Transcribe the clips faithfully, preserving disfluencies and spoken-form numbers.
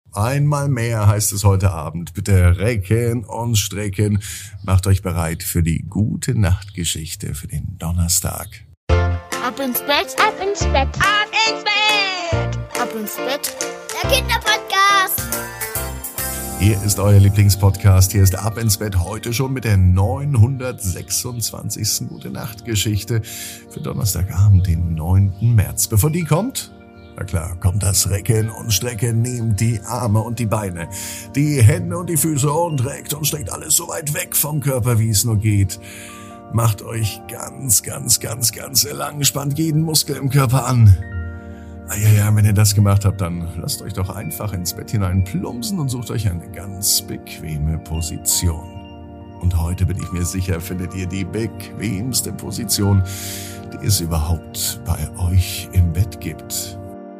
Einmal mehr heißt es heute Abend. Bitte recken und strecken. Macht euch bereit für die gute Nachtgeschichte für den Donnerstag. Ab ins Bett, ab ins Bett, ab ins Bett, ab ins Bett. Der Kinderpodcast. Hier ist euer Lieblingspodcast. Hier ist Ab ins Bett heute schon mit der neunhundertsechsundzwanzigsten gute Nachtgeschichte für Donnerstagabend, den neunten März. Bevor die kommt... Na klar, kommt das Recken und Strecken, nehmt die Arme und die Beine, die Hände und die Füße und reckt und streckt alles so weit weg vom Körper, wie es nur geht. Macht euch ganz, ganz, ganz, ganz lang, spannt jeden Muskel im Körper an. Ah ja, ja, wenn ihr das gemacht habt, dann lasst euch doch einfach ins Bett hinein plumpsen und sucht euch eine ganz bequeme Position. Und heute bin ich mir sicher, findet ihr die bequemste Position, die es überhaupt bei euch im Bett gibt.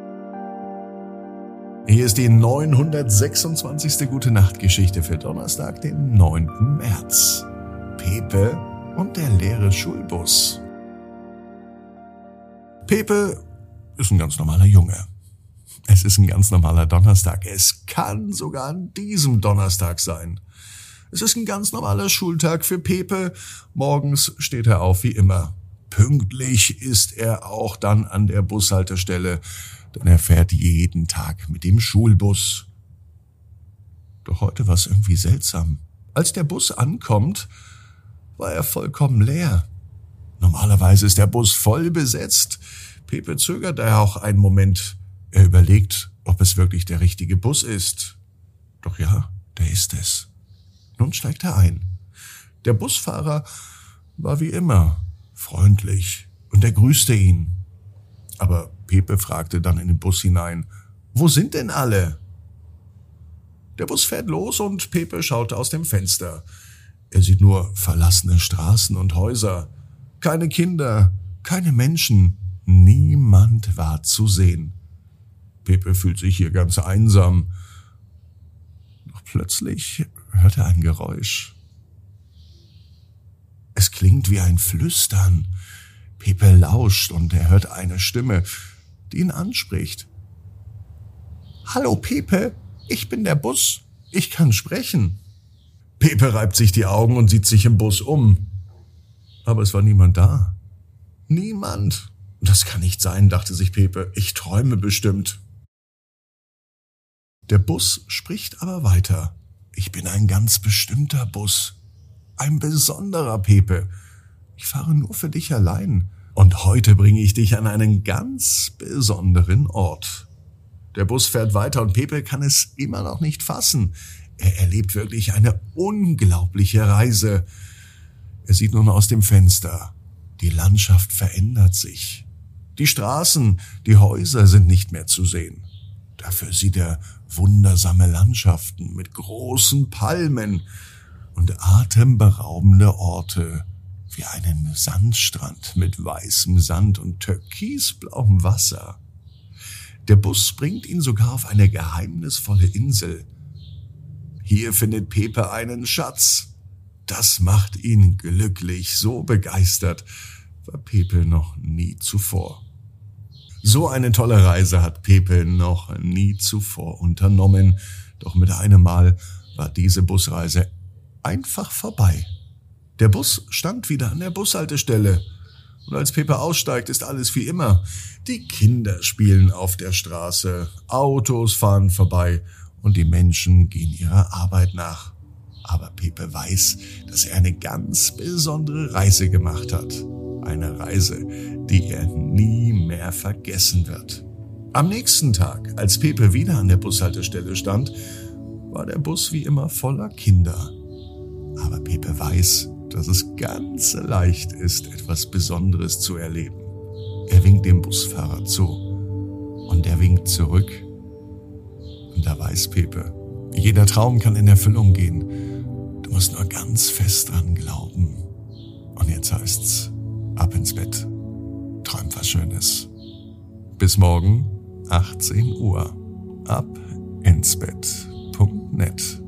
Hier ist die neunhundertsechsundzwanzigste gute Nachtgeschichte für Donnerstag, den neunten März. Pepe und der leere Schulbus. Pepe ist ein ganz normaler Junge. Es ist ein ganz normaler Donnerstag. Es kann sogar an diesem Donnerstag sein. Es ist ein ganz normaler Schultag für Pepe. Morgens steht er auf wie immer. Pünktlich ist er auch dann an der Bushaltestelle, denn er fährt jeden Tag mit dem Schulbus. Doch heute war es irgendwie seltsam. Als der Bus ankommt, war er vollkommen leer. Normalerweise ist der Bus voll besetzt. Pepe zögert daher auch einen Moment. Er überlegt, ob es wirklich der richtige Bus ist. Doch ja, der ist es. Nun steigt er ein. Der Busfahrer war wie immer freundlich und er grüßte ihn. Aber Pepe fragte dann in den Bus hinein, wo sind denn alle? Der Bus fährt los und Pepe schaute aus dem Fenster. Er sieht nur verlassene Straßen und Häuser. Keine Kinder, keine Menschen, niemand war zu sehen. Pepe fühlt sich hier ganz einsam. Doch plötzlich hört er ein Geräusch. Es klingt wie ein Flüstern. Pepe lauscht und er hört eine Stimme, die ihn anspricht. »Hallo Pepe, ich bin der Bus, ich kann sprechen.« Pepe reibt sich die Augen und sieht sich im Bus um. Aber es war niemand da. Niemand. Das kann nicht sein, dachte sich Pepe, ich träume bestimmt. Der Bus spricht aber weiter. »Ich bin ein ganz bestimmter Bus. Ein besonderer Pepe. Ich fahre nur für dich allein. Und heute bringe ich dich an einen ganz besonderen Ort.« Der Bus fährt weiter und Pepe kann es immer noch nicht fassen. Er erlebt wirklich eine unglaubliche Reise. Er sieht nun aus dem Fenster. Die Landschaft verändert sich. Die Straßen, die Häuser sind nicht mehr zu sehen. Dafür sieht er wundersame Landschaften mit großen Palmen und atemberaubende Orte, wie einen Sandstrand mit weißem Sand und türkisblauem Wasser. Der Bus bringt ihn sogar auf eine geheimnisvolle Insel. Hier findet Pepe einen Schatz. Das macht ihn glücklich, so begeistert war Pepe noch nie zuvor. So eine tolle Reise hat Pepe noch nie zuvor unternommen, doch mit einem Mal war diese Busreise einfach vorbei. Der Bus stand wieder an der Bushaltestelle. Und als Pepe aussteigt, ist alles wie immer. Die Kinder spielen auf der Straße, Autos fahren vorbei und die Menschen gehen ihrer Arbeit nach. Aber Pepe weiß, dass er eine ganz besondere Reise gemacht hat. Eine Reise, die er nie mehr vergessen wird. Am nächsten Tag, als Pepe wieder an der Bushaltestelle stand, war der Bus wie immer voller Kinder. Aber Pepe weiß, dass es ganz leicht ist, etwas Besonderes zu erleben. Er winkt dem Busfahrer zu und er winkt zurück. Und da weiß Pepe, jeder Traum kann in Erfüllung gehen. Du musst nur ganz fest dran glauben. Und jetzt heißt's, ab ins Bett. Träum was Schönes. Bis morgen, achtzehn Uhr. ab ins bett punkt net